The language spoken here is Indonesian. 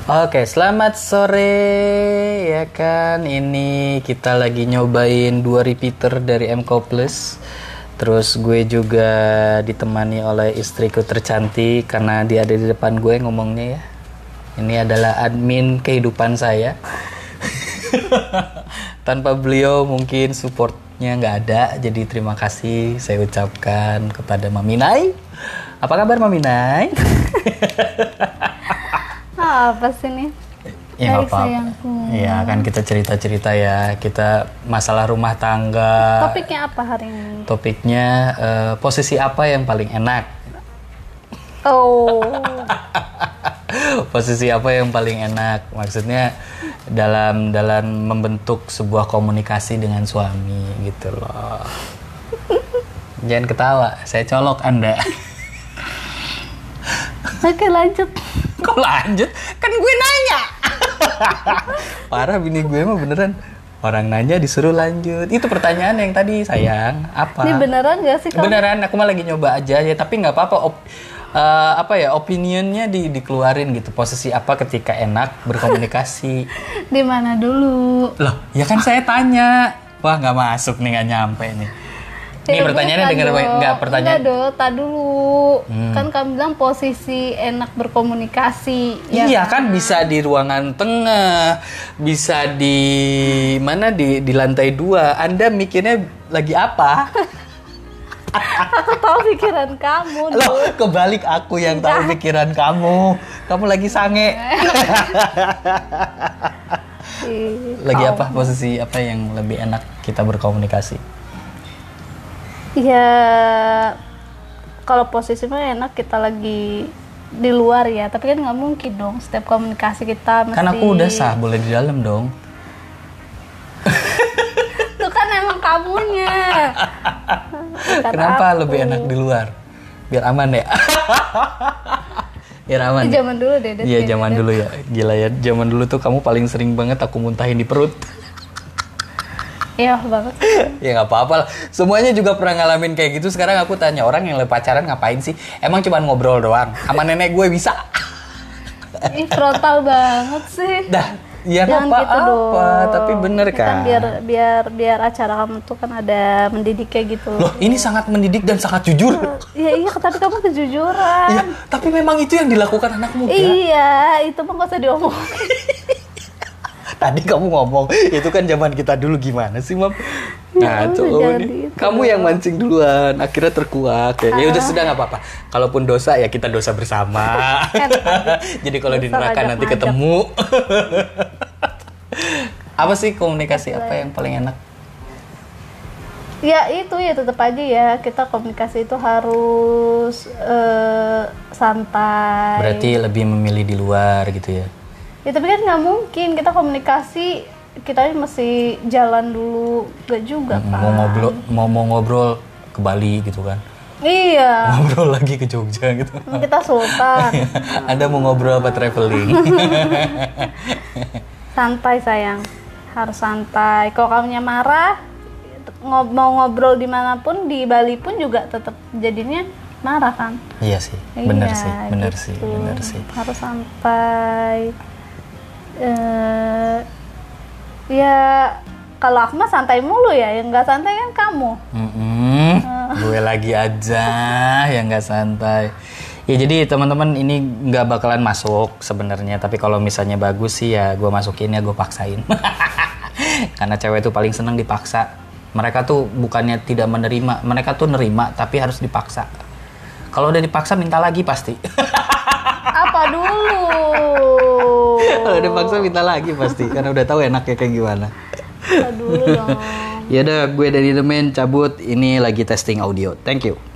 Oke, selamat sore ya kan. Ini kita lagi nyobain 2 repeater dari MCO Plus. Terus gue juga ditemani oleh istriku tercantik karena dia ada di depan gue ngomongnya ya. Ini adalah admin kehidupan saya. Tanpa beliau mungkin supportnya nggak ada. Jadi terima kasih saya ucapkan kepada Mami Nai. Apa kabar Mami Nai? Apa sih nih? Ya nggak apa-apa. Iya kan kita cerita-cerita ya. Kita masalah rumah tangga. Topiknya apa hari ini? Topiknya posisi apa yang paling enak? Oh. Posisi apa yang paling enak? Maksudnya dalam membentuk sebuah komunikasi dengan suami gitu loh. Jangan ketawa, saya colok Anda. Oke, lanjut. Kok lanjut? Kan gue nanya. Parah bini gue mah beneran. Orang nanya disuruh lanjut. Itu pertanyaan yang tadi sayang. Apa? Ini beneran gak sih kamu? Beneran, aku mah lagi nyoba aja ya. Tapi nggak apa-apa. Opinionnya dikeluarin gitu. Posisi apa ketika enak berkomunikasi? Di mana dulu? Loh, ya kan saya tanya. Wah nggak masuk nih, nggak nyampe nih. Ini pertanyaannya denger nggak pertanyaan? Enggak dong, tak dulu. Kan kamu bilang posisi enak berkomunikasi. Iya kan bisa di ruangan tengah, bisa di mana di lantai 2. Anda mikirnya lagi apa? Aku tahu pikiran kamu. Loh, kebalik aku yang tahu pikiran kamu. Kamu lagi sange. Lagi apa? Posisi apa yang lebih enak kita berkomunikasi? Ya, kalau posisi mah enak kita lagi di luar ya, tapi kan nggak mungkin dong setiap komunikasi kita mesti. Kan aku udah sah, boleh di dalam dong. Itu kan emang kamunya. Kenapa lebih enak di luar? Biar aman ya. Biar aman. Zaman dulu deh. Iya zaman dulu ya, gila ya. Zaman dulu tuh kamu paling sering banget aku muntahin di perut. Iya banget. Ya nggak apa-apa lah. Semuanya juga pernah ngalamin kayak gitu. Sekarang aku tanya orang yang lagi pacaran ngapain sih? Emang cuma ngobrol doang? Sama nenek gue bisa. Ih frontal banget sih. Dah, ya nggak apa-apa. Tapi bener kan? Biar acara kamu tuh kan ada mendidik kayak gitu. Loh, ini sangat mendidik dan sangat jujur. Iya, tapi kamu kejujuran. Iya, tapi memang itu yang dilakukan anak muda. Iya, itu mah gak usah diomongin. Tadi kamu ngomong, itu kan zaman kita dulu gimana sih, Mam? Nah, coba nih. Kamu yang mancing duluan, akhirnya terkuak. Ya udah sudah nggak apa-apa. Kalaupun dosa ya kita dosa bersama. Jadi kalau di neraka nanti ketemu. Apa sih komunikasi apa yang paling enak? Ya itu ya tetap aja ya kita komunikasi itu harus santai. Berarti lebih memilih di luar gitu ya? Ya tapi kan nggak mungkin kita komunikasi kita mesti jalan dulu, gak juga kan? Mau ngobrol ke Bali gitu kan? Iya. Ngobrol lagi ke Jogja gitu. Kita sultan. Anda mau ngobrol apa traveling? Santai sayang, harus santai. Kalau kamunya marah, mau ngobrol dimanapun di Bali pun juga tetap jadinya marah kan? Iya sih, benar gitu. sih. Harus santai. Ya kalau aku mah santai mulu ya, yang nggak santai kan kamu. Gue lagi aja yang nggak santai. Ya jadi teman-teman ini nggak bakalan masuk sebenarnya, tapi kalau misalnya bagus sih ya gue masukin ya, gue paksain. Karena cewek itu paling seneng dipaksa. Mereka tuh bukannya tidak menerima, mereka tuh nerima tapi harus dipaksa. Kalau udah dipaksa minta lagi pasti. Apa dulu? Kalau udah paksa minta lagi pasti, karena udah tahu enaknya kayak gimana. Apa dulu dong? Ya udah, gue dari The Man cabut. Ini lagi testing audio. Thank you.